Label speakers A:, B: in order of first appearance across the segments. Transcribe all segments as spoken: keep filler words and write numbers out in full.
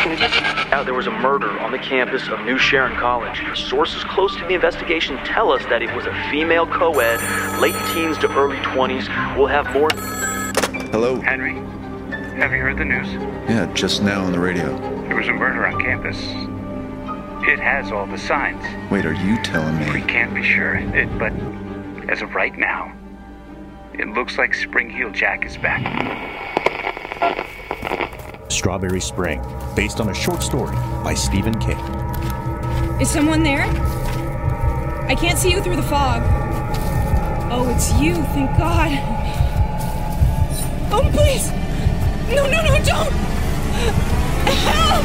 A: Now, there was a murder on the campus of New Sharon College. Sources close to the investigation tell us that it was a female co-ed, late teens to early twenties. We'll have more...
B: Hello?
C: Henry, have you heard the news?
B: Yeah, just now on the radio.
C: There was a murder on campus. It has all the signs.
B: Wait, are you telling me?
C: We can't be sure, it, but as of right now, it looks like Spring Heel Jack is back.
D: Strawberry Spring, based on a short story by Stephen King.
E: Is someone there? I can't see you through the fog. Oh, it's you, thank God. Oh, please! No, no, no, don't! Help!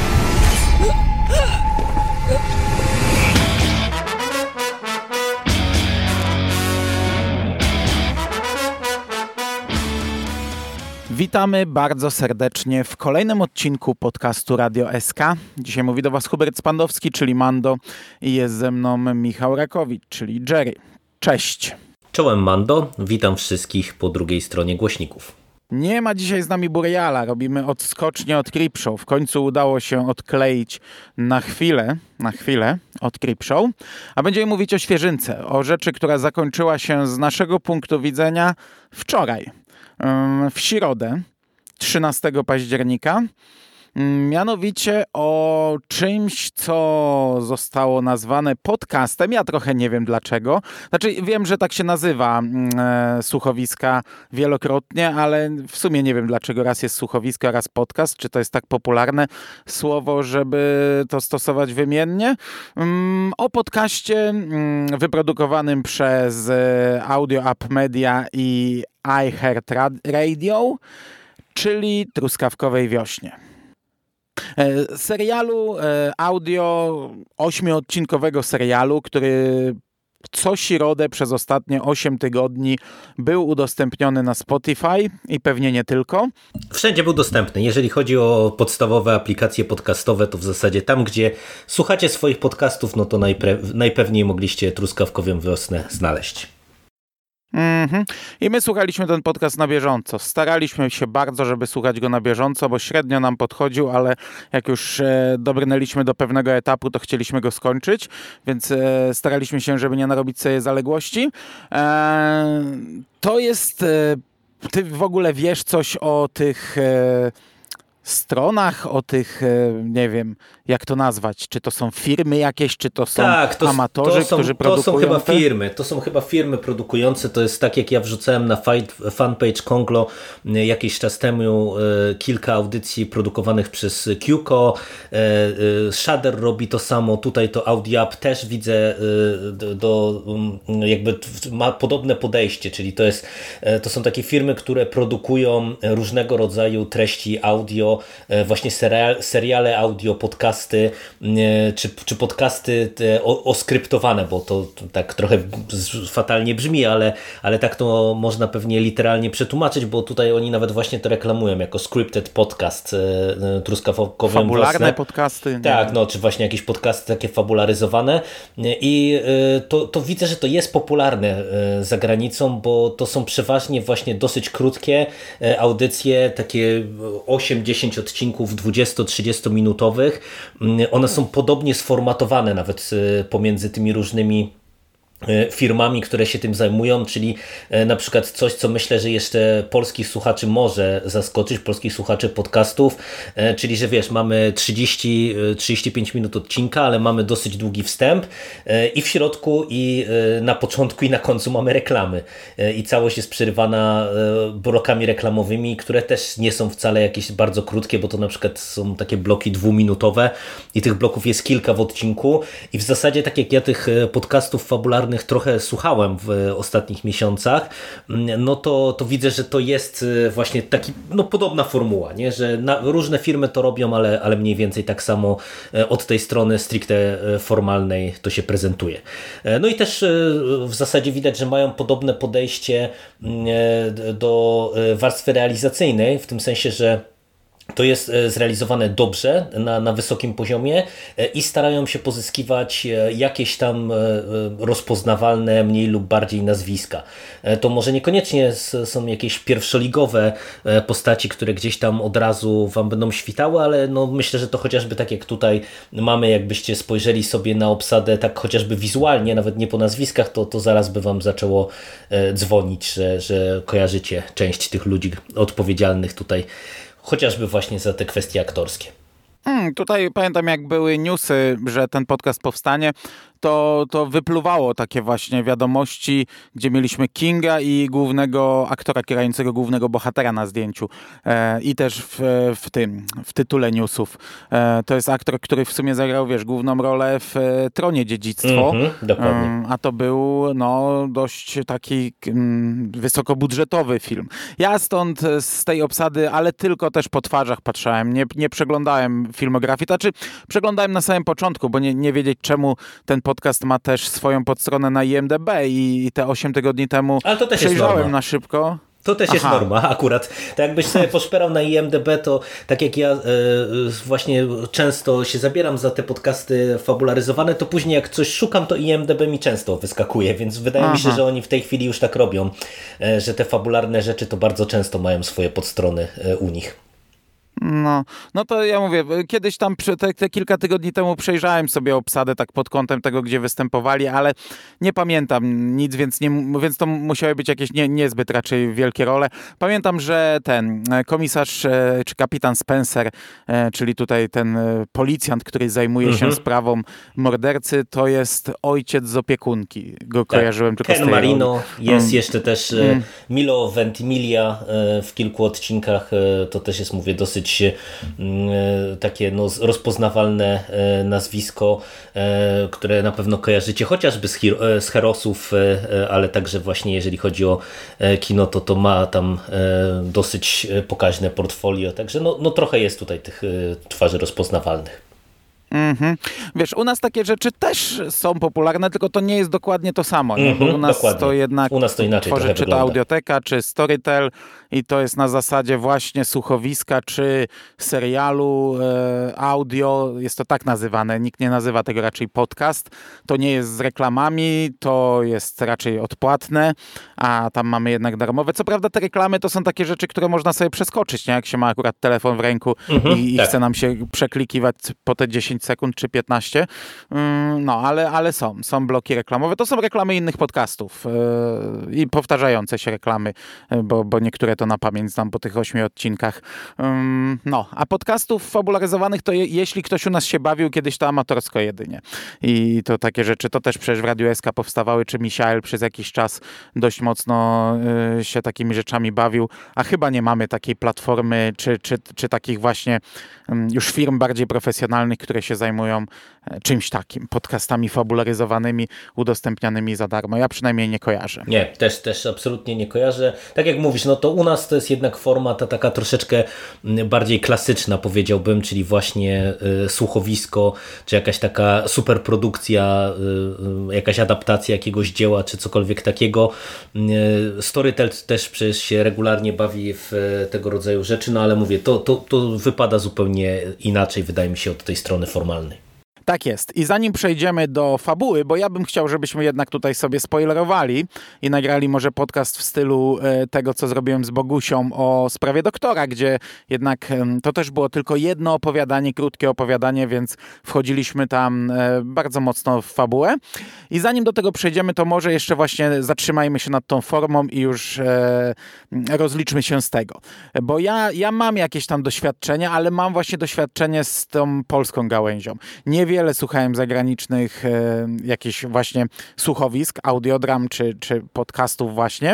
F: Witamy bardzo serdecznie w kolejnym odcinku podcastu Radio S K. Dzisiaj mówi do Was Hubert Spandowski, czyli Mando, i jest ze mną Michał Rakowicz, czyli Jerry. Cześć.
G: Czołem Mando, witam wszystkich po drugiej stronie głośników.
F: Nie ma dzisiaj z nami Buriala, robimy odskocznie od Creepshow. W końcu udało się odkleić na chwilę, na chwilę od Creepshow, a będziemy mówić o świeżynce, o rzeczy, która zakończyła się z naszego punktu widzenia wczoraj. W środę, trzynastego października, mianowicie o czymś, co zostało nazwane podcastem. Ja trochę nie wiem dlaczego. Znaczy wiem, że tak się nazywa e, słuchowiska wielokrotnie, ale w sumie nie wiem dlaczego raz jest słuchowisko, raz podcast. Czy to jest tak popularne słowo, żeby to stosować wymiennie? Um, o podcaście um, wyprodukowanym przez e, Audio App Media i iHeartRadio, czyli Truskawkowej Wiośnie. Serialu audio, ośmiodcinkowego serialu, który co środę przez ostatnie osiem tygodni był udostępniony na Spotify i pewnie nie tylko.
G: Wszędzie był dostępny. Jeżeli chodzi o podstawowe aplikacje podcastowe, to w zasadzie tam, gdzie słuchacie swoich podcastów, no to najpre- najpewniej mogliście Truskawkową Wiosnę znaleźć.
F: Mm-hmm. I my słuchaliśmy ten podcast na bieżąco. Staraliśmy się bardzo, żeby słuchać go na bieżąco, bo średnio nam podchodził, ale jak już e, dobrnęliśmy do pewnego etapu, to chcieliśmy go skończyć, więc e, staraliśmy się, żeby nie narobić sobie zaległości. E, to jest... E, ty w ogóle wiesz coś o tych... E, stronach, o tych, nie wiem, jak to nazwać, czy to są firmy jakieś, czy to są
G: tak, to,
F: amatorzy,
G: to są,
F: którzy produkują
G: to są chyba
F: te?
G: firmy, to są chyba firmy produkujące, to jest tak jak ja wrzucałem na fanpage Konglo jakiś czas temu kilka audycji produkowanych przez Qko, Shudder robi to samo, tutaj to AudioApp też widzę do, do jakby ma podobne podejście, czyli to jest, to są takie firmy, które produkują różnego rodzaju treści audio, właśnie serial, seriale audio, podcasty, czy, czy podcasty oskryptowane, bo to, to tak trochę fatalnie brzmi, ale, ale tak to można pewnie literalnie przetłumaczyć, bo tutaj oni nawet właśnie to reklamują jako scripted podcast Truskawkową
F: Fabularne
G: Wiosnę.
F: podcasty.
G: Tak,
F: nie.
G: no, czy właśnie jakieś podcasty takie fabularyzowane i to, to widzę, że to jest popularne za granicą, bo to są przeważnie właśnie dosyć krótkie audycje, takie osiem dziesięć odcinków dwudziesto-trzydziesto minutowych. One są podobnie sformatowane nawet pomiędzy tymi różnymi firmami, które się tym zajmują, czyli na przykład coś, co myślę, że jeszcze polskich słuchaczy może zaskoczyć, polskich słuchaczy podcastów, czyli że wiesz, mamy trzydzieści trzydzieści pięć minut odcinka, ale mamy dosyć długi wstęp i w środku, i na początku, i na końcu mamy reklamy i całość jest przerywana blokami reklamowymi, które też nie są wcale jakieś bardzo krótkie, bo to na przykład są takie bloki dwuminutowe i tych bloków jest kilka w odcinku i w zasadzie tak jak ja tych podcastów fabularnych trochę słuchałem w ostatnich miesiącach, no to, to widzę, że to jest właśnie taki, no podobna formuła, nie? Że na, różne firmy to robią, ale, ale mniej więcej tak samo od tej strony stricte formalnej to się prezentuje. No i też w zasadzie widać, że mają podobne podejście do warstwy realizacyjnej, w tym sensie, że to jest zrealizowane dobrze, na, na wysokim poziomie i starają się pozyskiwać jakieś tam rozpoznawalne, mniej lub bardziej nazwiska. To może niekoniecznie są jakieś pierwszoligowe postaci, które gdzieś tam od razu wam będą świtały, ale no myślę, że to chociażby tak jak tutaj mamy, jakbyście spojrzeli sobie na obsadę tak chociażby wizualnie, nawet nie po nazwiskach, to, to zaraz by wam zaczęło dzwonić, że, że kojarzycie część tych ludzi odpowiedzialnych tutaj chociażby właśnie za te kwestie aktorskie.
F: Hmm, tutaj pamiętam, jak były newsy, że ten podcast powstanie, to, to wypluwało takie właśnie wiadomości, gdzie mieliśmy Kinga i głównego aktora grającego głównego bohatera na zdjęciu. E, I też w, w tym, w tytule newsów. E, to jest aktor, który w sumie zagrał, wiesz, główną rolę w e, Tronie Dziedzictwo.
G: Mm-hmm, dokładnie.
F: E, a to był, no, dość taki m, wysokobudżetowy film. Ja stąd z tej obsady, ale tylko też po twarzach patrzałem. Nie, nie przeglądałem filmografii. Znaczy, przeglądałem na samym początku, bo nie, nie wiedzieć, czemu ten podcast ma też swoją podstronę na I M D B i, i te osiem tygodni temu
G: ale to też
F: przejrzałem na szybko.
G: To też Aha. jest norma akurat. Tak jakbyś sobie poszperał na I M D B, to tak jak ja e, właśnie często się zabieram za te podcasty fabularyzowane, to później jak coś szukam, to I M D B mi często wyskakuje, więc wydaje Aha. mi się, że oni w tej chwili już tak robią, e, że te fabularne rzeczy to bardzo często mają swoje podstrony e, u nich.
F: No, no to ja mówię, kiedyś tam te, te kilka tygodni temu przejrzałem sobie obsadę tak pod kątem tego, gdzie występowali, ale nie pamiętam nic, więc, nie, więc to musiały być jakieś nie, niezbyt raczej wielkie role. Pamiętam, że ten komisarz czy kapitan Spencer, czyli tutaj ten policjant, który zajmuje mhm. się sprawą mordercy, to jest ojciec z opiekunki. Go tak. kojarzyłem tylko
G: Ken
F: z tej
G: Marino,
F: roli.
G: jest
F: mm.
G: jeszcze też mm. Milo Ventimiglia w kilku odcinkach, to też jest, mówię, dosyć takie no, rozpoznawalne nazwisko, które na pewno kojarzycie chociażby z, Hero, z Herosów, ale także właśnie jeżeli chodzi o kino, to to ma tam dosyć pokaźne portfolio, także no, no trochę jest tutaj tych twarzy rozpoznawalnych.
F: Mm-hmm. Wiesz, u nas takie rzeczy też są popularne, tylko to nie jest dokładnie to samo. Nie? Bo u nas
G: dokładnie.
F: to jednak
G: u nas to inaczej
F: tworzy, czy to
G: wygląda.
F: Audioteka, czy Storytel i to jest na zasadzie właśnie słuchowiska, czy serialu e, audio, jest to tak nazywane, nikt nie nazywa tego raczej podcast, to nie jest z reklamami, to jest raczej odpłatne, a tam mamy jednak darmowe. Co prawda te reklamy to są takie rzeczy, które można sobie przeskoczyć, nie? Jak się ma akurat telefon w ręku mm-hmm, i, i tak. chce nam się przeklikiwać po te dziesięć sekund czy piętnaście. No, ale, ale są. Są bloki reklamowe. To są reklamy innych podcastów yy, i powtarzające się reklamy, bo, bo niektóre to na pamięć znam po tych ośmiu odcinkach. Yy, no, a podcastów fabularyzowanych to je, jeśli ktoś u nas się bawił, kiedyś to amatorsko jedynie. I to takie rzeczy, to też przecież w Radiu S K powstawały, czy Michael przez jakiś czas dość mocno yy, się takimi rzeczami bawił, a chyba nie mamy takiej platformy, czy, czy, czy takich właśnie yy, już firm bardziej profesjonalnych, które się zajmują czymś takim, podcastami fabularyzowanymi, udostępnianymi za darmo. Ja przynajmniej nie kojarzę.
G: Nie, też, też absolutnie nie kojarzę. Tak jak mówisz, no to u nas to jest jednak forma ta taka troszeczkę bardziej klasyczna, powiedziałbym, czyli właśnie y, słuchowisko, czy jakaś taka superprodukcja, y, jakaś adaptacja jakiegoś dzieła, czy cokolwiek takiego. Y, Storytel też przecież się regularnie bawi w y, tego rodzaju rzeczy, no ale mówię, to, to, to wypada zupełnie inaczej, wydaje mi się, od tej strony formalnej.
F: Tak jest. I zanim przejdziemy do fabuły, bo ja bym chciał, żebyśmy jednak tutaj sobie spoilerowali i nagrali może podcast w stylu e, tego, co zrobiłem z Bogusią o sprawie doktora, gdzie jednak e, to też było tylko jedno opowiadanie, krótkie opowiadanie, więc wchodziliśmy tam e, bardzo mocno w fabułę. I zanim do tego przejdziemy, to może jeszcze właśnie zatrzymajmy się nad tą formą i już e, rozliczmy się z tego. Bo ja, ja mam jakieś tam doświadczenie, ale mam właśnie doświadczenie z tą polską gałęzią. Nie wiem, wiele słuchałem zagranicznych e, jakichś właśnie słuchowisk, audiodram czy, czy podcastów właśnie.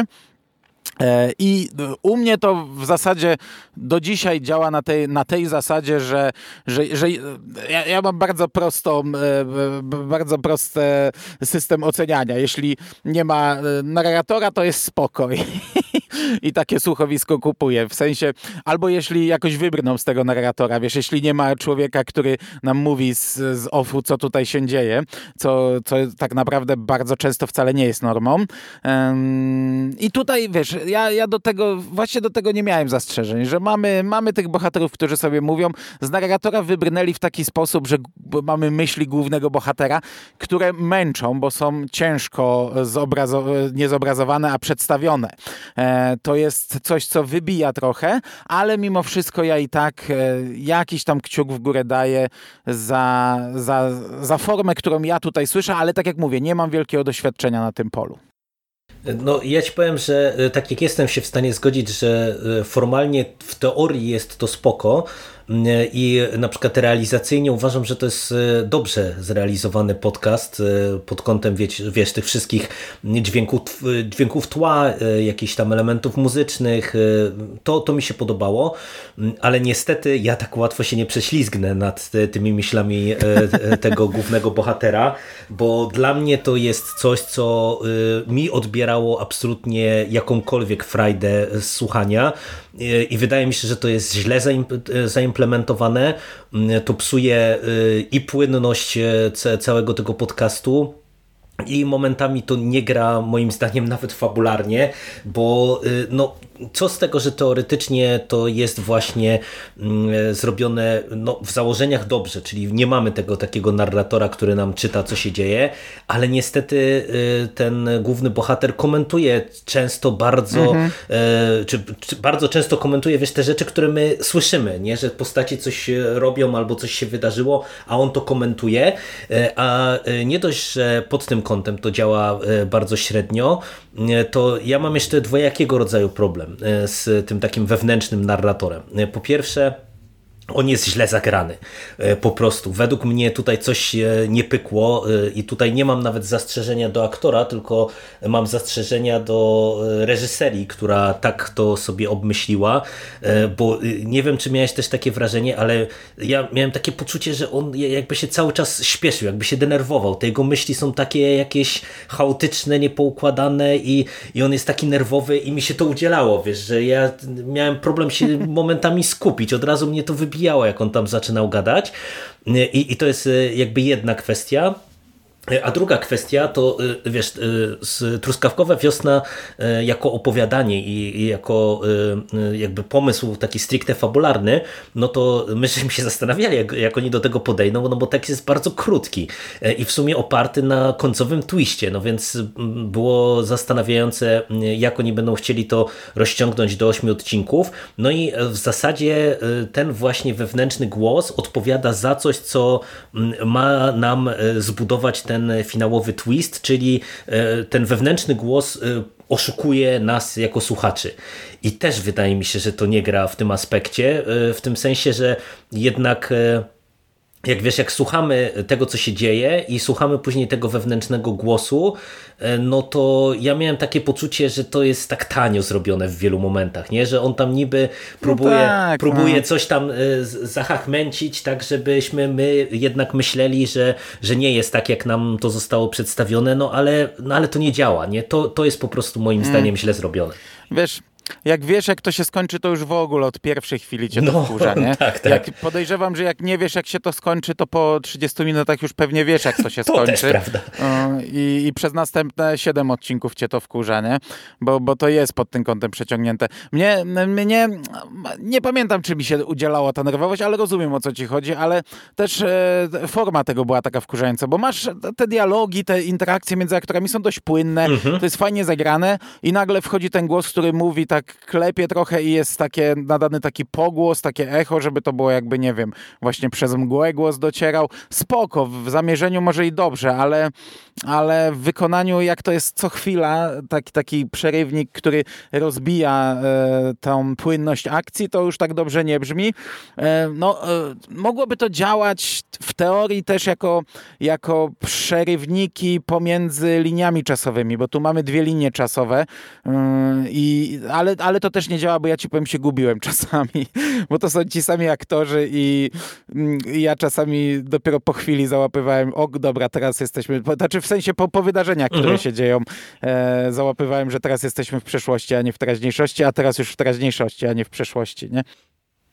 F: I u mnie to w zasadzie do dzisiaj działa na tej, na tej zasadzie, że, że, że ja, ja mam bardzo prostą, bardzo prosty system oceniania. Jeśli nie ma narratora, to jest spokój. I takie słuchowisko kupuję. W sensie, albo jeśli jakoś wybrną z tego narratora, wiesz, jeśli nie ma człowieka, który nam mówi z, z offu, co tutaj się dzieje, co, co tak naprawdę bardzo często wcale nie jest normą. Um, I tutaj, wiesz, wiesz, ja, ja do tego, właśnie do tego nie miałem zastrzeżeń, że mamy, mamy tych bohaterów, którzy sobie mówią, z narratora wybrnęli w taki sposób, że mamy myśli głównego bohatera, które męczą, bo są ciężko zobrazo- nie zobrazowane, a przedstawione. E, to jest coś, co wybija trochę, ale mimo wszystko ja i tak e, jakiś tam kciuk w górę daję za, za, za formę, którą ja tutaj słyszę, ale tak jak mówię, nie mam wielkiego doświadczenia na tym polu.
G: No ja ci powiem, że tak jak jestem się w stanie zgodzić, że formalnie w teorii jest to spoko i na przykład realizacyjnie uważam, że to jest dobrze zrealizowany podcast pod kątem wiesz, wiesz tych wszystkich dźwięków, dźwięków tła, jakichś tam elementów muzycznych, to, to mi się podobało, ale niestety ja tak łatwo się nie prześlizgnę nad tymi myślami tego głównego bohatera, bo dla mnie to jest coś, co mi odbierało absolutnie jakąkolwiek frajdę z słuchania i wydaje mi się, że to jest źle zaimplementowane, to psuje i płynność całego tego podcastu, i momentami to nie gra moim zdaniem nawet fabularnie, bo no, co z tego, że teoretycznie to jest właśnie mm, zrobione no, w założeniach dobrze, czyli nie mamy tego takiego narratora, który nam czyta, co się dzieje, ale niestety y, ten główny bohater komentuje często bardzo, mhm. y, czy, czy bardzo często komentuje, wiesz, te rzeczy, które my słyszymy, nie? Że postacie coś robią albo coś się wydarzyło, a on to komentuje, y, a y, nie dość, że pod tym kątem to działa y, bardzo średnio, y, to ja mam jeszcze dwojakiego rodzaju problem z tym takim wewnętrznym narratorem. Po pierwsze, on jest źle zagrany. Po prostu. Według mnie tutaj coś nie pykło i tutaj nie mam nawet zastrzeżenia do aktora, tylko mam zastrzeżenia do reżyserii, która tak to sobie obmyśliła, bo nie wiem, czy miałeś też takie wrażenie, ale ja miałem takie poczucie, że on jakby się cały czas śpieszył, jakby się denerwował. Te jego myśli są takie jakieś chaotyczne, niepoukładane i, i on jest taki nerwowy i mi się to udzielało, wiesz, że ja miałem problem się momentami skupić. Od razu mnie to wybiło, jak on tam zaczynał gadać. I, i to jest jakby jedna kwestia. A druga kwestia to, wiesz, Truskawkowa Wiosna jako opowiadanie i, i jako jakby pomysł taki stricte fabularny, no to my żeśmy się zastanawiali, jak, jak oni do tego podejdą, no bo tekst jest bardzo krótki i w sumie oparty na końcowym twiście, no więc było zastanawiające, jak oni będą chcieli to rozciągnąć do ośmiu odcinków, no i w zasadzie ten właśnie wewnętrzny głos odpowiada za coś, co ma nam zbudować ten ten finałowy twist, czyli ten wewnętrzny głos oszukuje nas jako słuchaczy. I też wydaje mi się, że to nie gra w tym aspekcie, w tym sensie, że jednak jak wiesz, jak słuchamy tego, co się dzieje i słuchamy później tego wewnętrznego głosu, no to ja miałem takie poczucie, że to jest tak tanio zrobione w wielu momentach, nie? Że on tam niby próbuje, no tak, próbuje no. coś tam zahachmęcić, tak żebyśmy my jednak myśleli, że, że nie jest tak, jak nam to zostało przedstawione, no ale, no ale to nie działa, nie? To, to jest po prostu moim mm. zdaniem źle zrobione.
F: Wiesz, jak wiesz, jak to się skończy, to już w ogóle od pierwszej chwili cię to
G: no,
F: wkurza, nie?
G: Tak, tak.
F: Jak podejrzewam, że jak nie wiesz, jak się to skończy, to po trzydziestu minutach już pewnie wiesz, jak to się
G: to
F: skończy.
G: Też prawda.
F: I, I przez następne siedem odcinków cię to wkurza, nie? Bo, bo to jest pod tym kątem przeciągnięte. Mnie, mnie, nie pamiętam, czy mi się udzielała ta nerwowość, ale rozumiem, o co ci chodzi, ale też e, forma tego była taka wkurzająca, bo masz te dialogi, te interakcje między aktorami są dość płynne, mhm. to jest fajnie zagrane i nagle wchodzi ten głos, który mówi tak klepie trochę i jest takie nadany taki pogłos, takie echo, żeby to było jakby, nie wiem, właśnie przez mgłę głos docierał. Spoko, w zamierzeniu może i dobrze, ale, ale w wykonaniu, jak to jest co chwila, taki, taki przerywnik, który rozbija e, tą płynność akcji, to już tak dobrze nie brzmi. E, no, e, mogłoby to działać w teorii też jako, jako przerywniki pomiędzy liniami czasowymi, bo tu mamy dwie linie czasowe, e, i, ale, ale to też nie działa, bo ja ci powiem, się gubiłem czasami, bo to są ci sami aktorzy i, i ja czasami dopiero po chwili załapywałem, o dobra, teraz jesteśmy, znaczy w sensie po, po wydarzeniach, które mhm. się dzieją, e, załapywałem, że teraz jesteśmy w przeszłości, a nie w teraźniejszości, a teraz już w teraźniejszości, a nie w przeszłości, nie?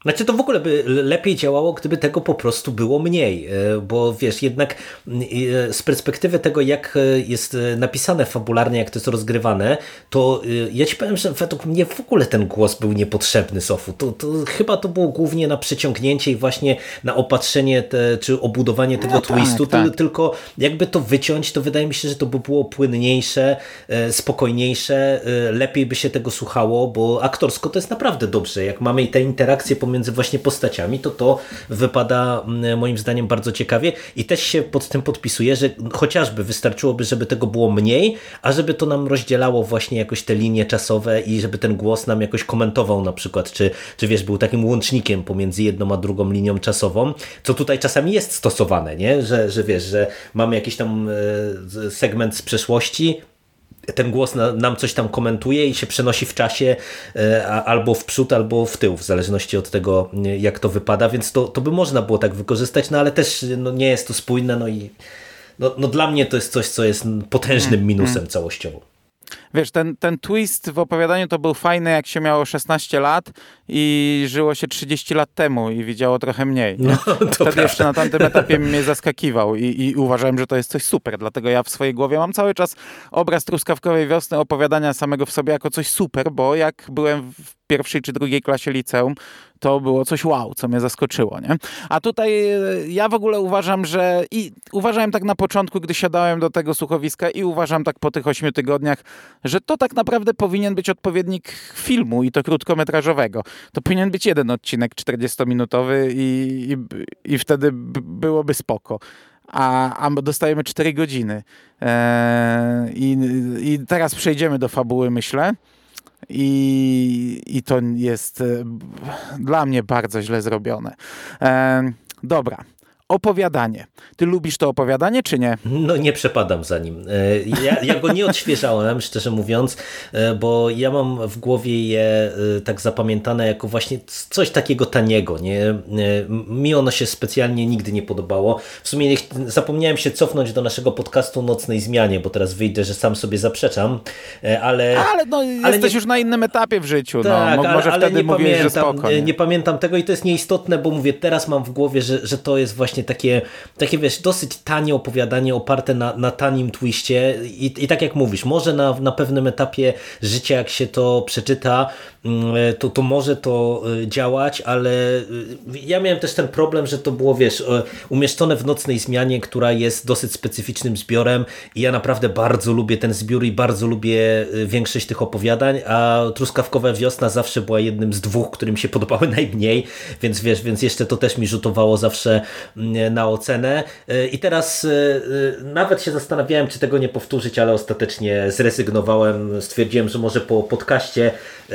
G: Znaczy to w ogóle by lepiej działało, gdyby tego po prostu było mniej, bo wiesz, jednak z perspektywy tego, jak jest napisane fabularnie, jak to jest rozgrywane, to ja ci powiem, że według mnie w ogóle ten głos był niepotrzebny, Sofu. To, to chyba to było głównie na przeciągnięcie i właśnie na opatrzenie te, czy obudowanie tego no twistu, tak, tak. Tylko jakby to wyciąć, to wydaje mi się, że to by było płynniejsze, spokojniejsze, lepiej by się tego słuchało, bo aktorsko to jest naprawdę dobrze. Jak mamy te interakcje pomiędzy między właśnie postaciami, to to wypada moim zdaniem bardzo ciekawie i też się pod tym podpisuję, że chociażby wystarczyłoby, żeby tego było mniej, a żeby to nam rozdzielało właśnie jakoś te linie czasowe i żeby ten głos nam jakoś komentował na przykład, czy, czy wiesz, był takim łącznikiem pomiędzy jedną a drugą linią czasową, co tutaj czasami jest stosowane, nie? Że, że wiesz, że mamy jakiś tam segment z przeszłości, ten głos na, nam coś tam komentuje i się przenosi w czasie e, albo w przód, albo w tył, w zależności od tego, jak to wypada, więc to, to by można było tak wykorzystać, no ale też no, nie jest to spójne, no i no, no dla mnie to jest coś, co jest potężnym minusem mm, całościowo.
F: Wiesz, ten, ten twist w opowiadaniu to był fajny, jak się miało szesnaście lat i żyło się trzydzieści lat temu i widziało trochę mniej. No, Wtedy prawda. Jeszcze na tamtym etapie mnie zaskakiwał i, i uważałem, że to jest coś super. Dlatego ja w swojej głowie mam cały czas obraz Truskawkowej Wiosny, opowiadania samego w sobie jako coś super, bo jak byłem w pierwszej czy drugiej klasie liceum, to było coś wow, co mnie zaskoczyło, nie? A tutaj ja w ogóle uważam, że i uważałem tak na początku, gdy siadałem do tego słuchowiska i uważam tak po tych ośmiu tygodniach, że to tak naprawdę powinien być odpowiednik filmu i to krótkometrażowego. To powinien być jeden odcinek czterdziestominutowy i, i, i wtedy b- byłoby spoko. A, a dostajemy cztery godziny. Eee, i, I teraz przejdziemy do fabuły, myślę. I, I to jest e, dla mnie bardzo źle zrobione. E, dobra. Opowiadanie. Ty lubisz to opowiadanie, czy nie?
G: No nie przepadam za nim. Ja, ja go nie odświeżałem, szczerze mówiąc, bo ja mam w głowie je tak zapamiętane jako właśnie coś takiego taniego. Nie? Mi ono się specjalnie nigdy nie podobało. W sumie zapomniałem się cofnąć do naszego podcastu Nocnej Zmianie, bo teraz wyjdę, że sam sobie zaprzeczam, ale...
F: Ale no ale jesteś nie... już na innym etapie w życiu.
G: Tak,
F: no. Może
G: ale,
F: wtedy
G: ale
F: mówiłeś, że spoko.
G: Nie? nie pamiętam tego i to jest nieistotne, bo mówię, teraz mam w głowie, że, że to jest właśnie takie, takie wiesz, dosyć tanie opowiadanie oparte na, na tanim twiście i, i tak jak mówisz, może na, na pewnym etapie życia, jak się to przeczyta, to, to może to działać, ale ja miałem też ten problem, że to było, wiesz, umieszczone w Nocnej Zmianie, która jest dosyć specyficznym zbiorem i ja naprawdę bardzo lubię ten zbiór i bardzo lubię większość tych opowiadań, a Truskawkowa Wiosna zawsze była jednym z dwóch, którym się podobały najmniej, więc wiesz, więc jeszcze to też mi rzutowało zawsze na ocenę i teraz nawet się zastanawiałem, czy tego nie powtórzyć, ale ostatecznie zrezygnowałem, stwierdziłem, że może po podcaście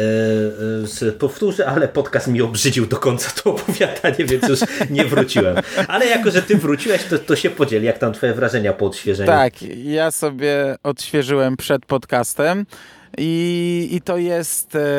G: powtórzę, ale podcast mi obrzydził do końca to opowiadanie, więc już nie wróciłem. Ale jako, że ty wróciłeś, to, to się podziel, jak tam twoje wrażenia po odświeżeniu?
F: Tak, ja sobie odświeżyłem przed podcastem i, i to jest e,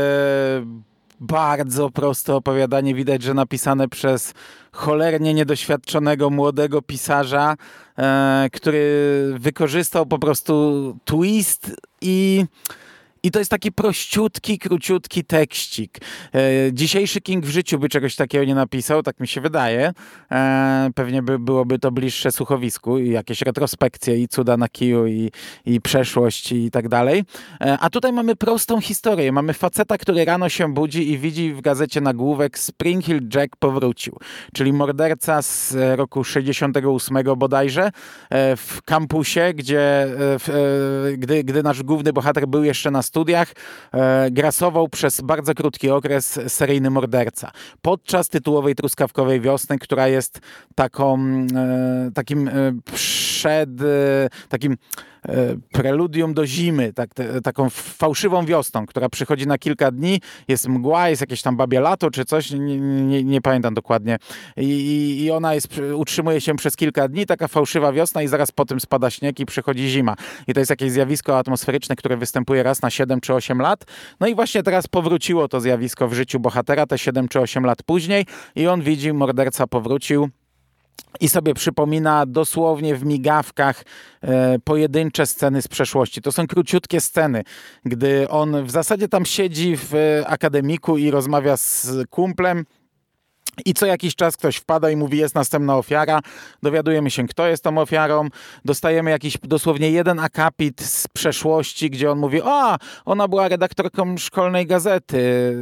F: bardzo proste opowiadanie. Widać, że napisane przez cholernie niedoświadczonego młodego pisarza, e, który wykorzystał po prostu twist i I to jest taki prościutki, króciutki tekścik. E, dzisiejszy King w życiu by czegoś takiego nie napisał, tak mi się wydaje. E, pewnie by, byłoby to bliższe słuchowisku i jakieś retrospekcje i cuda na kiju i, i przeszłość i tak dalej. E, a tutaj mamy prostą historię. Mamy faceta, który rano się budzi i widzi w gazecie nagłówek Spring Hill Jack powrócił. Czyli morderca z roku sześćdziesiątego ósmego bodajże e, w kampusie, gdzie e, w, e, gdy, gdy nasz główny bohater był jeszcze na studiach, e, grasował przez bardzo krótki okres seryjny morderca. Podczas tytułowej Truskawkowej Wiosny, która jest taką, e, takim e, przed, e, takim e, preludium do zimy, tak, te, taką fałszywą wiosną, która przychodzi na kilka dni, jest mgła, jest jakieś tam babie lato czy coś, nie, nie, nie pamiętam dokładnie. I, i ona jest, utrzymuje się przez kilka dni, taka fałszywa wiosna i zaraz po tym spada śnieg i przychodzi zima. I to jest jakieś zjawisko atmosferyczne, które występuje raz na siedem czy osiem lat. No i właśnie teraz powróciło to zjawisko w życiu bohatera, te siedem czy osiem lat później i on widzi, morderca powrócił i sobie przypomina dosłownie w migawkach e, pojedyncze sceny z przeszłości. To są króciutkie sceny, gdy on w zasadzie tam siedzi w akademiku i rozmawia z kumplem I co jakiś czas ktoś wpada i mówi, jest następna ofiara, dowiadujemy się, kto jest tą ofiarą, dostajemy jakiś dosłownie jeden akapit z przeszłości, gdzie on mówi, o, ona była redaktorką szkolnej gazety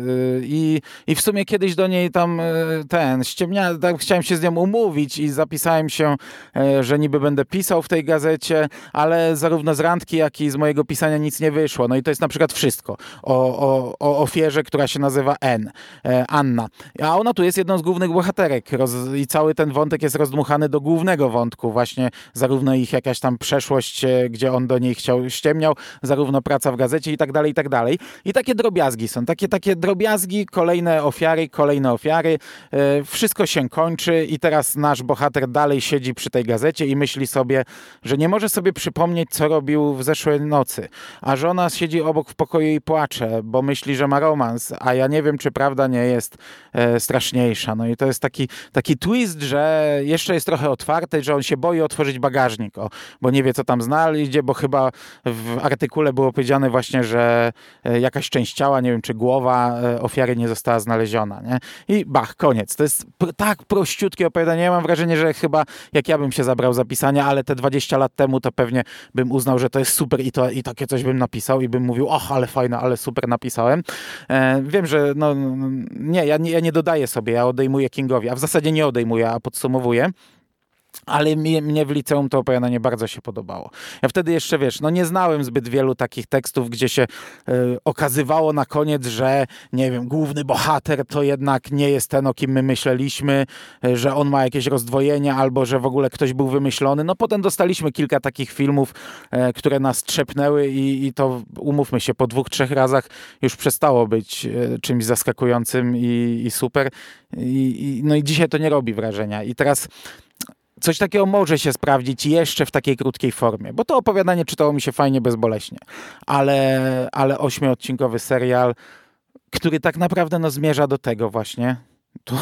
F: i, i w sumie kiedyś do niej tam ten, ściemnia, tak, chciałem się z nią umówić i zapisałem się, że niby będę pisał w tej gazecie, ale zarówno z randki, jak i z mojego pisania nic nie wyszło. No i to jest na przykład wszystko o, o, o ofierze, która się nazywa N, Anna. A ona tu jest jedną z głównych bohaterek roz, i cały ten wątek jest rozdmuchany do głównego wątku, właśnie zarówno ich jakaś tam przeszłość, gdzie on do niej chciał, ściemniał, zarówno praca w gazecie i tak dalej, i tak dalej. I takie drobiazgi są, takie, takie drobiazgi, kolejne ofiary, kolejne ofiary, e, wszystko się kończy i teraz nasz bohater dalej siedzi przy tej gazecie i myśli sobie, że nie może sobie przypomnieć, co robił w zeszłej nocy, a żona siedzi obok w pokoju i płacze, bo myśli, że ma romans, a ja nie wiem, czy prawda nie jest e, straszniejsza. No i to jest taki, taki twist, że jeszcze jest trochę otwarty, że on się boi otworzyć bagażnik, o, bo nie wie, co tam znajdzie, bo chyba w artykule było powiedziane właśnie, że jakaś część ciała, nie wiem, czy głowa ofiary nie została znaleziona, nie? I bach, koniec. To jest pr- tak prościutkie opowiadanie. Ja mam wrażenie, że chyba jak ja bym się zabrał za pisanie, ale te dwadzieścia lat temu, to pewnie bym uznał, że to jest super i, to, i takie coś bym napisał i bym mówił, och, ale fajne, ale super napisałem. E, wiem, że no, nie, ja nie, ja nie dodaję sobie, ja odejmuję Kingowi, a w zasadzie nie odejmuję, a podsumowuję. Ale mnie, mnie w liceum to opowiadanie bardzo się podobało. Ja wtedy jeszcze, wiesz, no nie znałem zbyt wielu takich tekstów, gdzie się y, okazywało na koniec, że, nie wiem, główny bohater to jednak nie jest ten, o kim my myśleliśmy, y, że on ma jakieś rozdwojenie, albo że w ogóle ktoś był wymyślony. No potem dostaliśmy kilka takich filmów, y, które nas trzepnęły i, i to, umówmy się, po dwóch, trzech razach już przestało być y, czymś zaskakującym i, i super. I, i, no i dzisiaj to nie robi wrażenia. I teraz coś takiego może się sprawdzić jeszcze w takiej krótkiej formie, bo to opowiadanie czytało mi się fajnie, bezboleśnie, ale, ale ośmiodcinkowy serial, który tak naprawdę no, zmierza do tego właśnie. To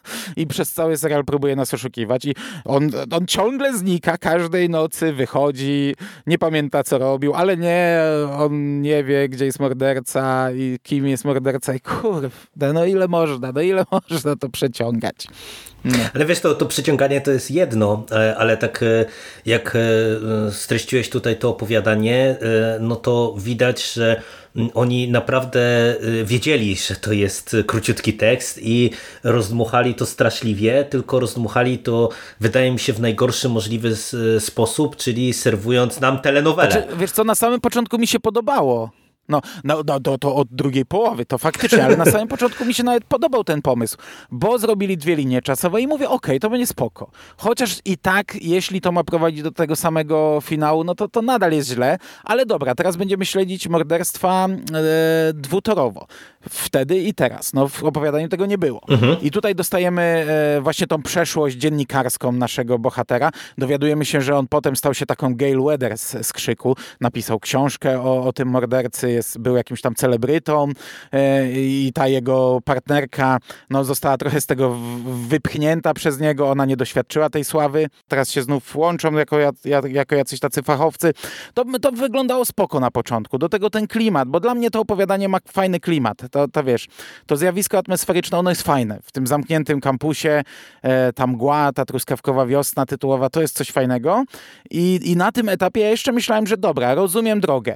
F: i przez cały serial próbuje nas oszukiwać i on, on ciągle znika, każdej nocy wychodzi, nie pamięta, co robił, ale nie, on nie wie, gdzie jest morderca i kim jest morderca i kurde, no ile można, no ile można to przeciągać. No.
G: Ale wiesz, to, to przeciąganie to jest jedno, ale tak jak streściłeś tutaj to opowiadanie, no to widać, że oni naprawdę wiedzieli, że to jest króciutki tekst i rozdmuchali to straszliwie, tylko rozdmuchali to, wydaje mi się, w najgorszy możliwy sposób, czyli serwując nam telenowelę.
F: Znaczy, wiesz co, na samym początku mi się podobało. No, no, no to, to od drugiej połowy, to faktycznie, ale na samym początku mi się nawet podobał ten pomysł, bo zrobili dwie linie czasowe i mówię, okej, okay, to będzie spoko. Chociaż i tak, jeśli to ma prowadzić do tego samego finału, no to, to nadal jest źle, ale dobra, teraz będziemy śledzić morderstwa e, dwutorowo. Wtedy i teraz. No w opowiadaniu tego nie było. Mhm. I tutaj dostajemy e, właśnie tą przeszłość dziennikarską naszego bohatera. Dowiadujemy się, że on potem stał się taką Gail Weathers z Krzyku. Napisał książkę o, o tym mordercy, jest, był jakimś tam celebrytą e, i ta jego partnerka no, została trochę z tego w, wypchnięta przez niego. Ona nie doświadczyła tej sławy. Teraz się znów łączą jako, jako jacyś tacy fachowcy. To, to wyglądało spoko na początku. Do tego ten klimat, bo dla mnie to opowiadanie ma fajny klimat. To, to wiesz, to zjawisko atmosferyczne, ono jest fajne. W tym zamkniętym kampusie, e, ta mgła, ta truskawkowa wiosna tytułowa, to jest coś fajnego. I, i na tym etapie ja jeszcze myślałem, że dobra, rozumiem drogę.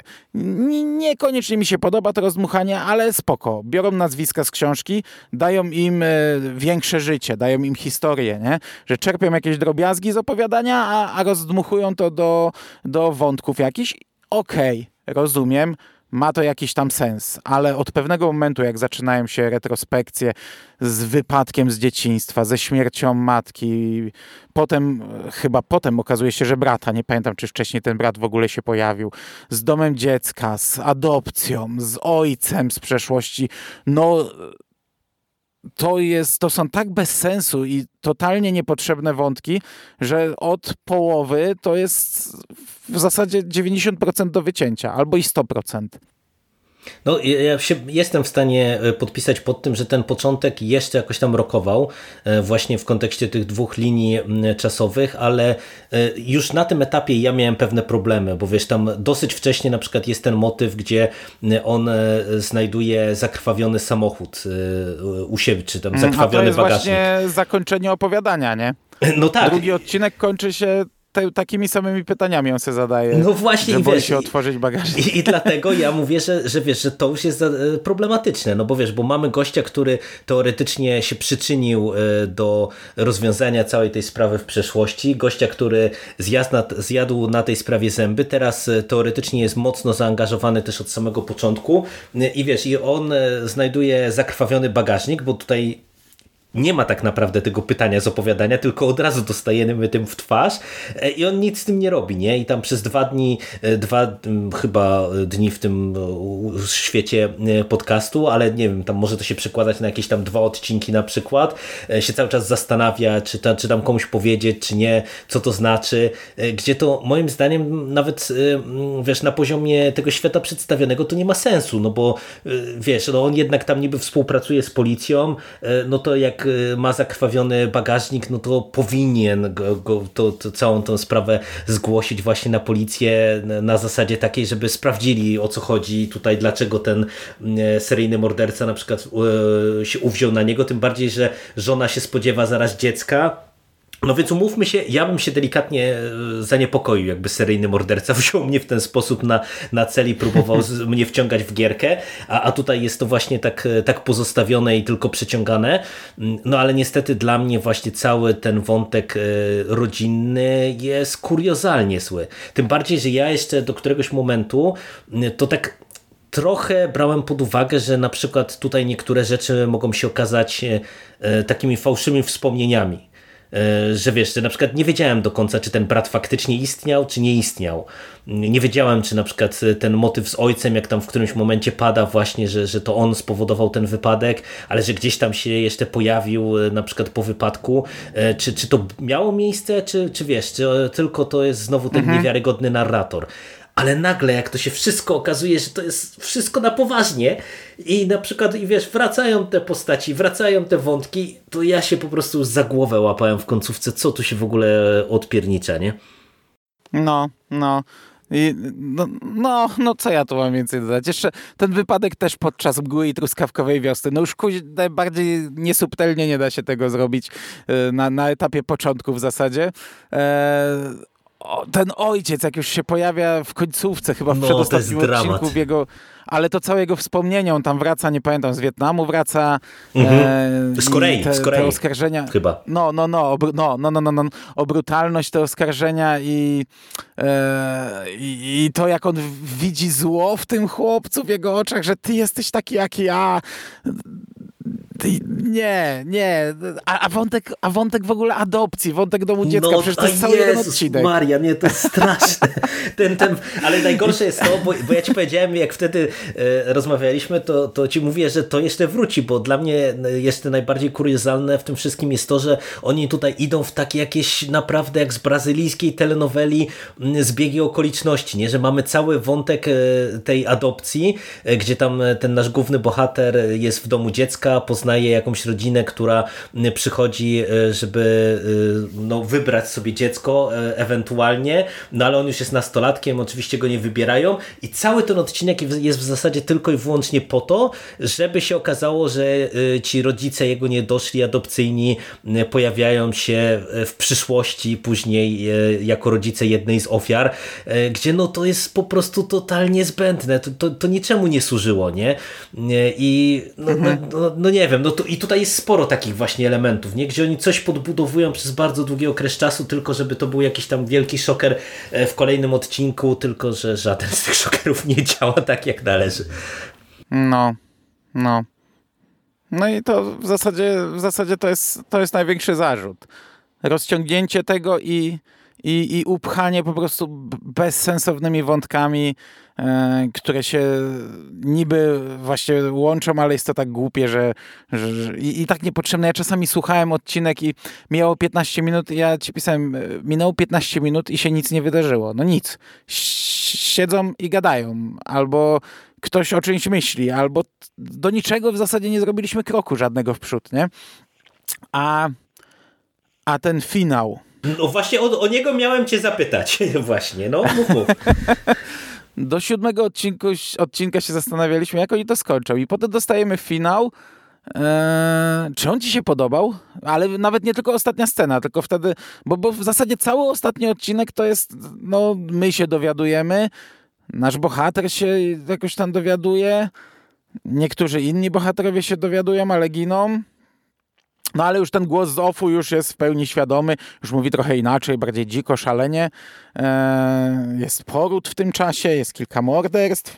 F: N- niekoniecznie mi się podoba to rozdmuchanie, ale spoko. Biorą nazwiska z książki, dają im e, większe życie, dają im historię, nie? Że czerpią jakieś drobiazgi z opowiadania, a, a rozdmuchują to do, do wątków jakichś. Okej, okay, rozumiem. Ma to jakiś tam sens, ale od pewnego momentu, jak zaczynają się retrospekcje z wypadkiem z dzieciństwa, ze śmiercią matki, potem, chyba potem okazuje się, że brata, nie pamiętam, czy wcześniej ten brat w ogóle się pojawił, z domem dziecka, z adopcją, z ojcem z przeszłości, no to jest, to są tak bez sensu i totalnie niepotrzebne wątki, że od połowy to jest w zasadzie dziewięćdziesiąt procent do wycięcia, albo i sto procent.
G: No, ja się jestem w stanie podpisać pod tym, że ten początek jeszcze jakoś tam rokował właśnie w kontekście tych dwóch linii czasowych, ale już na tym etapie ja miałem pewne problemy, bo wiesz, tam dosyć wcześnie na przykład jest ten motyw, gdzie on znajduje zakrwawiony samochód u siebie, czy tam zakrwawiony bagażnik.
F: A to jest właśnie zakończenie opowiadania, nie?
G: No tak.
F: Drugi odcinek kończy się Te, takimi samymi pytaniami on sobie zadaje.
G: No właśnie,
F: że
G: i
F: boi
G: wiesz,
F: się otworzyć bagażnik.
G: I, I dlatego ja mówię, że, że wiesz, że to już jest problematyczne, no bo wiesz, bo mamy gościa, który teoretycznie się przyczynił do rozwiązania całej tej sprawy w przeszłości, gościa, który zjadł na, zjadł na tej sprawie zęby, teraz teoretycznie jest mocno zaangażowany też od samego początku i wiesz, i on znajduje zakrwawiony bagażnik, bo tutaj nie ma tak naprawdę tego pytania z opowiadania, tylko od razu dostajemy tym w twarz i on nic z tym nie robi, nie? I tam przez dwa dni, dwa chyba dni w tym świecie podcastu, ale nie wiem, tam może to się przekładać na jakieś tam dwa odcinki na przykład, się cały czas zastanawia, czy, ta, czy tam komuś powiedzieć, czy nie, co to znaczy, gdzie to moim zdaniem nawet wiesz, na poziomie tego świata przedstawionego to nie ma sensu, no bo wiesz, no on jednak tam niby współpracuje z policją, no to jak ma zakrwawiony bagażnik, no to powinien go, go, to, to całą tą sprawę zgłosić właśnie na policję na zasadzie takiej, żeby sprawdzili, o co chodzi tutaj, dlaczego ten seryjny morderca na przykład się uwziął na niego, tym bardziej, że żona się spodziewa zaraz dziecka. No więc umówmy się, ja bym się delikatnie zaniepokoił, jakby seryjny morderca wziął mnie w ten sposób na, na cel i próbował z, mnie wciągać w gierkę, a, a tutaj jest to właśnie tak, tak pozostawione i tylko przeciągane. No ale niestety dla mnie właśnie cały ten wątek rodzinny jest kuriozalnie zły. Tym bardziej, że ja jeszcze do któregoś momentu to tak trochę brałem pod uwagę, że na przykład tutaj niektóre rzeczy mogą się okazać takimi fałszywymi wspomnieniami. Że wiesz, że na przykład nie wiedziałem do końca, czy ten brat faktycznie istniał, czy nie istniał. Nie wiedziałem, czy na przykład ten motyw z ojcem, jak tam w którymś momencie pada właśnie, że, że to on spowodował ten wypadek, ale że gdzieś tam się jeszcze pojawił na przykład po wypadku. Czy, czy to miało miejsce, czy, czy wiesz, czy tylko to jest znowu ten mhm. niewiarygodny narrator. Ale nagle, jak to się wszystko okazuje, że to jest wszystko na poważnie i na przykład, i wiesz, wracają te postaci, wracają te wątki, to ja się po prostu za głowę łapałem w końcówce, co tu się w ogóle odpiernicza, nie?
F: No, no. I, no, no, no co ja tu mam więcej dodać? Jeszcze ten wypadek też podczas mgły i truskawkowej wiosny. No już bardziej niesubtelnie nie da się tego zrobić na, na etapie początku w zasadzie. Eee, O, ten ojciec, jak już się pojawia w końcówce, chyba w no, przedostatnim odcinku w jego, ale to całe jego wspomnienie, on tam wraca, nie pamiętam, z Wietnamu wraca.
G: Mhm. E, z Korei,
F: te,
G: z Korei.
F: Te oskarżenia.
G: Chyba.
F: No, no, no, obr- no, no, no, no, no, o brutalność te oskarżenia i, e, i, i to, jak on widzi zło w tym chłopcu, w jego oczach, że ty jesteś taki jak ja. Nie, nie. A, a, wątek, a wątek w ogóle adopcji, wątek domu dziecka,
G: no,
F: przecież to jest cały
G: Jezus
F: jeden odcinek.
G: Maria, nie, to jest straszne. ten, ten, ale najgorsze jest to, bo, bo ja ci powiedziałem, jak wtedy e, rozmawialiśmy, to, to ci mówię, że to jeszcze wróci, bo dla mnie jeszcze najbardziej kuriozalne w tym wszystkim jest to, że oni tutaj idą w takie jakieś naprawdę jak z brazylijskiej telenoweli zbiegi okoliczności, nie? Że mamy cały wątek e, tej adopcji, e, gdzie tam ten nasz główny bohater jest w domu dziecka, poznaje jakąś rodzinę, która przychodzi, żeby no, wybrać sobie dziecko ewentualnie, no ale on już jest nastolatkiem, oczywiście go nie wybierają i cały ten odcinek jest w zasadzie tylko i wyłącznie po to, żeby się okazało, że ci rodzice jego niedoszli adopcyjni pojawiają się w przyszłości później jako rodzice jednej z ofiar, gdzie no to jest po prostu totalnie zbędne, to, to, to niczemu nie służyło, nie? I no, mhm. no, no, no nie wiem, no to, i tutaj jest sporo takich właśnie elementów, nie? Gdzie oni coś podbudowują przez bardzo długi okres czasu, tylko żeby to był jakiś tam wielki szoker w kolejnym odcinku, tylko że żaden z tych szokerów nie działa tak jak należy.
F: No, no. No i to w zasadzie, w zasadzie to jest, to jest największy zarzut. Rozciągnięcie tego i, i, i upchanie po prostu bezsensownymi wątkami, e, które się niby właśnie łączą, ale jest to tak głupie, że, że, że i, i tak niepotrzebne. Ja czasami słuchałem odcinek i mijało piętnaście minut i ja ci pisałem, minęło piętnaście minut i się nic nie wydarzyło. No nic. Siedzą i gadają. Albo ktoś o czymś myśli, albo do niczego w zasadzie nie zrobiliśmy kroku żadnego w przód, nie? A, a ten finał...
G: No właśnie o, o niego miałem cię zapytać. Właśnie, no mów, mów.
F: Do siódmego odcinku, odcinka się zastanawialiśmy, jak oni to skończą. I potem dostajemy finał. Eee, czy on ci się podobał? Ale nawet nie tylko ostatnia scena, tylko wtedy... Bo, bo w zasadzie cały ostatni odcinek to jest... No, my się dowiadujemy, nasz bohater się jakoś tam dowiaduje, niektórzy inni bohaterowie się dowiadują, ale giną. No ale już ten głos z offu już jest w pełni świadomy, już mówi trochę inaczej, bardziej dziko, szalenie. Eee, jest poród w tym czasie, jest kilka morderstw.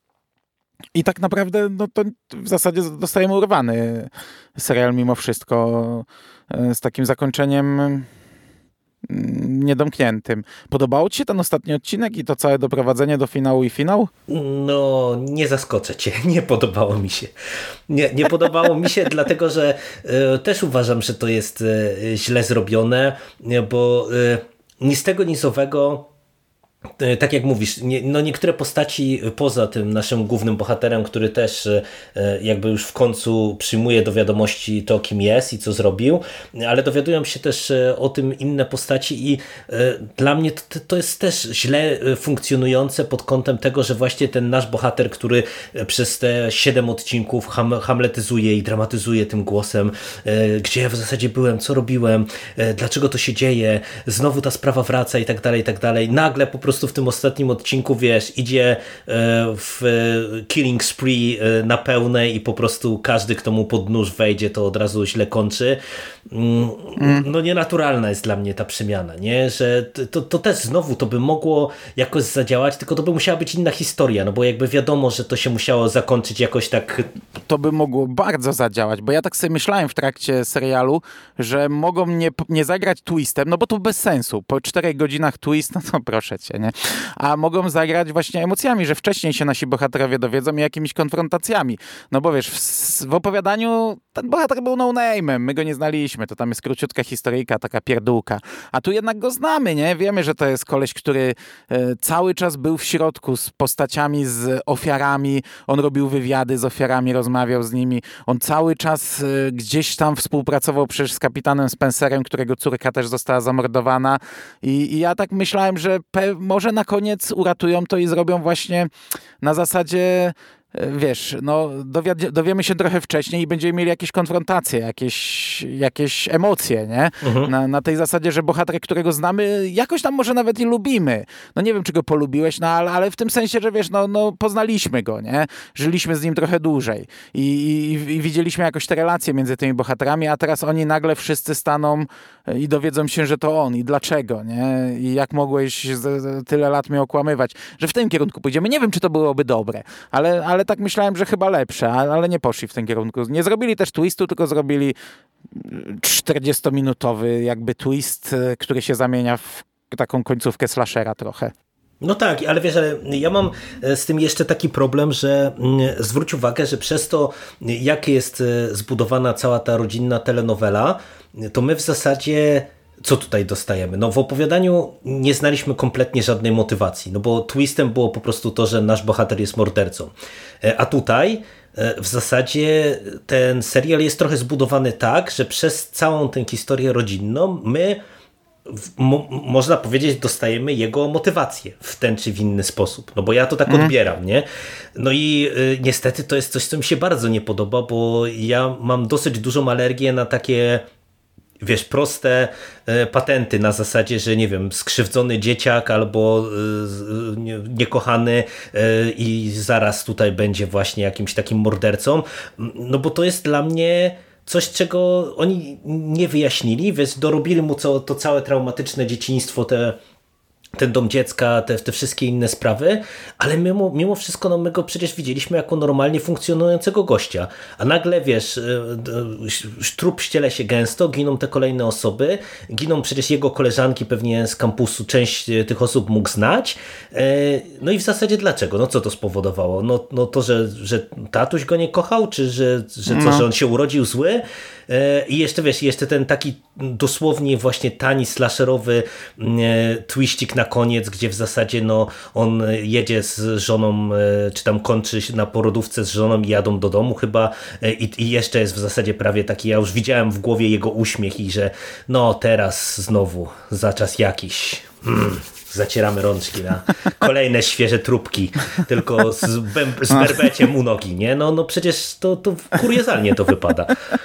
F: I tak naprawdę no to w zasadzie dostajemy urwany serial mimo wszystko e, z takim zakończeniem niedomkniętym. Podobało ci się ten ostatni odcinek i to całe doprowadzenie do finału i finał?
G: No, nie zaskoczę cię. Nie podobało mi się. Nie, nie podobało mi się, dlatego że y, też uważam, że to jest y, źle zrobione, bo y, ni z tego, ni z owego, tak jak mówisz, nie, no niektóre postaci poza tym naszym głównym bohaterem, który też jakby już w końcu przyjmuje do wiadomości to, kim jest i co zrobił, ale dowiadują się też o tym inne postaci i dla mnie to, to jest też źle funkcjonujące pod kątem tego, że właśnie ten nasz bohater, który przez te siedem odcinków ham, hamletyzuje i dramatyzuje tym głosem, gdzie ja w zasadzie byłem, co robiłem, dlaczego to się dzieje, znowu ta sprawa wraca i tak dalej, i tak dalej. Nagle po prostu Po prostu w tym ostatnim odcinku, wiesz, idzie w killing spree na pełne i po prostu każdy, kto mu pod nóż wejdzie, to od razu źle kończy. No nienaturalna jest dla mnie ta przemiana, nie? Że to, to też znowu to by mogło jakoś zadziałać, tylko to by musiała być inna historia, no bo jakby wiadomo, że to się musiało zakończyć jakoś tak...
F: To by mogło bardzo zadziałać, bo ja tak sobie myślałem w trakcie serialu, że mogą nie, nie zagrać twistem, no bo to bez sensu. Po czterech godzinach twist, no to proszę cię, nie? A mogą zagrać właśnie emocjami, że wcześniej się nasi bohaterowie dowiedzą i jakimiś konfrontacjami. No bo wiesz, w, w opowiadaniu ten bohater był no-name'em, my go nie znaliśmy, to tam jest króciutka historyjka, taka pierdółka. A tu jednak go znamy, nie? Wiemy, że to jest koleś, który e, cały czas był w środku z postaciami, z ofiarami, on robił wywiady z ofiarami, rozmawiał z nimi, on cały czas e, gdzieś tam współpracował przecież z kapitanem Spencerem, którego córka też została zamordowana i, i ja tak myślałem, że pe- może na koniec uratują to i zrobią właśnie na zasadzie, wiesz, no dowi- dowiemy się trochę wcześniej i będziemy mieli jakieś konfrontacje, jakieś, jakieś emocje, nie? Mhm. Na, na tej zasadzie, że bohater, którego znamy, jakoś tam może nawet i lubimy. No nie wiem, czy go polubiłeś, no ale, ale w tym sensie, że wiesz, no, no poznaliśmy go, nie? Żyliśmy z nim trochę dłużej i, i, i widzieliśmy jakoś te relacje między tymi bohaterami, a teraz oni nagle wszyscy staną i dowiedzą się, że to on i dlaczego, nie? I jak mogłeś z, z, tyle lat mnie okłamywać, że w tym kierunku pójdziemy. Nie wiem, czy to byłoby dobre, ale, ale tak myślałem, że chyba lepsze, ale nie poszli w tym kierunku. Nie zrobili też twistu, tylko zrobili czterdziestominutowy jakby twist, który się zamienia w taką końcówkę slashera trochę.
G: No tak, ale wiesz, ale ja mam z tym jeszcze taki problem, że zwróć uwagę, że przez to, jak jest zbudowana cała ta rodzinna telenowela, to my w zasadzie co tutaj dostajemy? No w opowiadaniu nie znaliśmy kompletnie żadnej motywacji, no bo twistem było po prostu to, że nasz bohater jest mordercą. A tutaj w zasadzie ten serial jest trochę zbudowany tak, że przez całą tę historię rodzinną my Mo- można powiedzieć, dostajemy jego motywację w ten czy w inny sposób. No bo ja to tak mm. odbieram, nie? No i y, niestety to jest coś, co mi się bardzo nie podoba, bo ja mam dosyć dużą alergię na takie, wiesz, proste y, patenty na zasadzie, że nie wiem, skrzywdzony dzieciak albo y, nie, niekochany y, i zaraz tutaj będzie właśnie jakimś takim mordercą. No bo to jest dla mnie coś, czego oni nie wyjaśnili, więc dorobili mu co, to całe traumatyczne dzieciństwo, te, ten dom dziecka, te, te wszystkie inne sprawy, ale mimo, mimo wszystko no, my go przecież widzieliśmy jako normalnie funkcjonującego gościa. A nagle, wiesz, trup ściele się gęsto, giną te kolejne osoby, giną przecież jego koleżanki pewnie z kampusu, część tych osób mógł znać. No i w zasadzie dlaczego? No co to spowodowało? No, no to, że, że tatuś go nie kochał, czy że, że, co, no. że on się urodził zły? I jeszcze, wiesz, jeszcze ten taki dosłownie właśnie tani, slasherowy twiścik na koniec, gdzie w zasadzie no, on jedzie z żoną, czy tam kończy na porodówce z żoną i jadą do domu chyba i, i jeszcze jest w zasadzie prawie taki, ja już widziałem w głowie jego uśmiech i że no teraz znowu za czas jakiś hmm, zacieramy rączki na kolejne świeże trupki, tylko z, bęb- z berbeciem u nogi, nie? No, no przecież to, to kuriozalnie to wypada.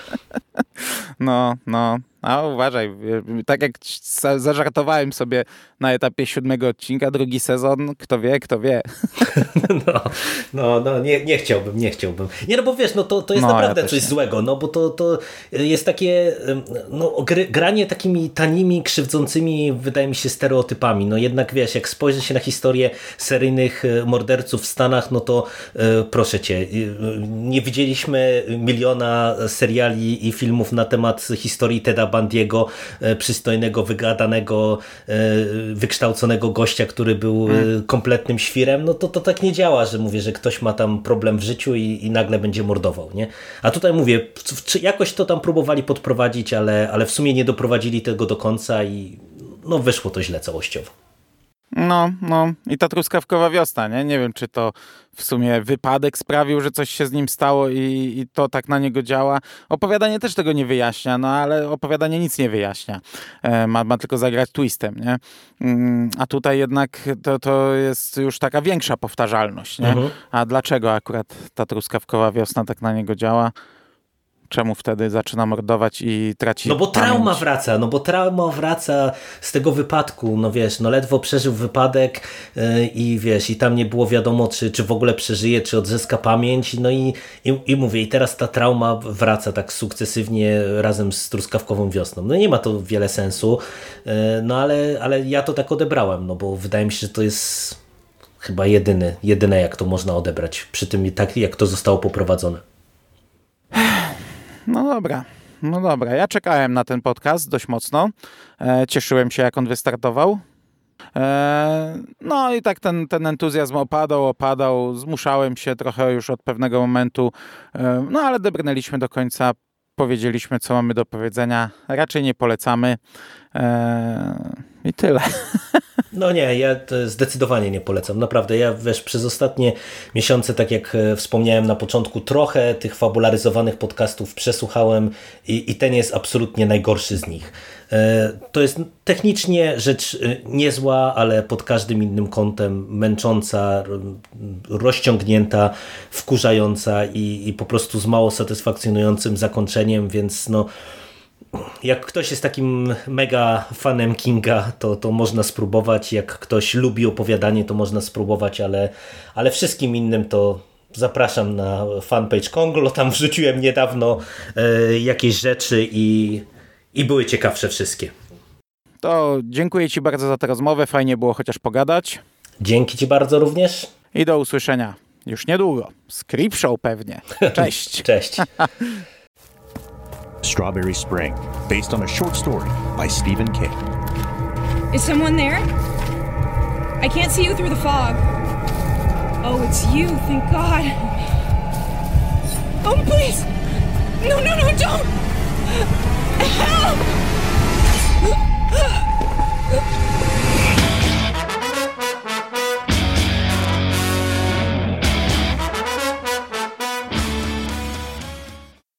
F: No, no, a uważaj, tak jak zażartowałem sobie na etapie siódmego odcinka, drugi sezon, kto wie, kto wie.
G: No, no, no nie, nie chciałbym, nie chciałbym. Nie, no bo wiesz, no to, to jest no, naprawdę ja coś nie. złego, no bo to, to jest takie no, gry, granie takimi tanimi, krzywdzącymi, wydaje mi się, stereotypami. No jednak wiesz, jak spojrzy się na historię seryjnych morderców w Stanach, no to e, proszę cię, nie widzieliśmy miliona seriali i filmów na temat historii Teda Bundy'ego, e, przystojnego, wygadanego, e, wykształconego gościa, który był hmm. kompletnym świrem, no to to tak nie działa, że mówię, że ktoś ma tam problem w życiu i, i nagle będzie mordował, nie? A tutaj mówię, czy jakoś to tam próbowali podprowadzić, ale, ale w sumie nie doprowadzili tego do końca i no wyszło to źle całościowo.
F: No, no i ta truskawkowa wiosna, nie? Nie wiem, czy to w sumie wypadek sprawił, że coś się z nim stało i, i to tak na niego działa. Opowiadanie też tego nie wyjaśnia, no ale opowiadanie nic nie wyjaśnia. E, ma, ma tylko zagrać twistem, nie? Mm, a tutaj jednak to, to jest już taka większa powtarzalność, nie? Mhm. A dlaczego akurat ta truskawkowa wiosna tak na niego działa? Czemu wtedy zaczyna mordować i traci
G: No bo
F: pamięć?
G: trauma wraca, no bo trauma wraca z tego wypadku, no wiesz, no ledwo przeżył wypadek yy, i wiesz, i tam nie było wiadomo, czy, czy w ogóle przeżyje, czy odzyska pamięć, no i, i, i mówię, i teraz ta trauma wraca tak sukcesywnie razem z truskawkową wiosną. No nie ma to wiele sensu, yy, no ale, ale ja to tak odebrałem, no bo wydaje mi się, że to jest chyba jedyny, jedyne jak to można odebrać, przy tym tak jak to zostało poprowadzone.
F: No dobra, no dobra. Ja czekałem na ten podcast dość mocno. E, cieszyłem się, jak on wystartował. E, no i tak ten, ten entuzjazm opadał, opadał. Zmuszałem się trochę już od pewnego momentu. E, no ale dobrnęliśmy do końca. Powiedzieliśmy, co mamy do powiedzenia. Raczej nie polecamy. E, I tyle.
G: No nie, ja zdecydowanie nie polecam. Naprawdę, ja wiesz, przez ostatnie miesiące, tak jak wspomniałem na początku, trochę tych fabularyzowanych podcastów przesłuchałem i, i ten jest absolutnie najgorszy z nich. To jest technicznie rzecz niezła, ale pod każdym innym kątem męcząca, rozciągnięta, wkurzająca i, i po prostu z mało satysfakcjonującym zakończeniem, więc no jak ktoś jest takim mega fanem Kinga, to, to można spróbować. Jak ktoś lubi opowiadanie, to można spróbować, ale, ale wszystkim innym to zapraszam na fanpage Konglo. Tam wrzuciłem niedawno e, jakieś rzeczy i, i były ciekawsze wszystkie.
F: To dziękuję Ci bardzo za tę rozmowę. Fajnie było chociaż pogadać.
G: Dzięki Ci bardzo również.
F: I do usłyszenia już niedługo. Z Creepshow pewnie. Cześć.
G: Cześć.
D: Strawberry Spring, based on a short story by Stephen King.
E: Is someone there? I can't see you through the fog. Oh, it's you, thank God. Oh, please! No, no, no,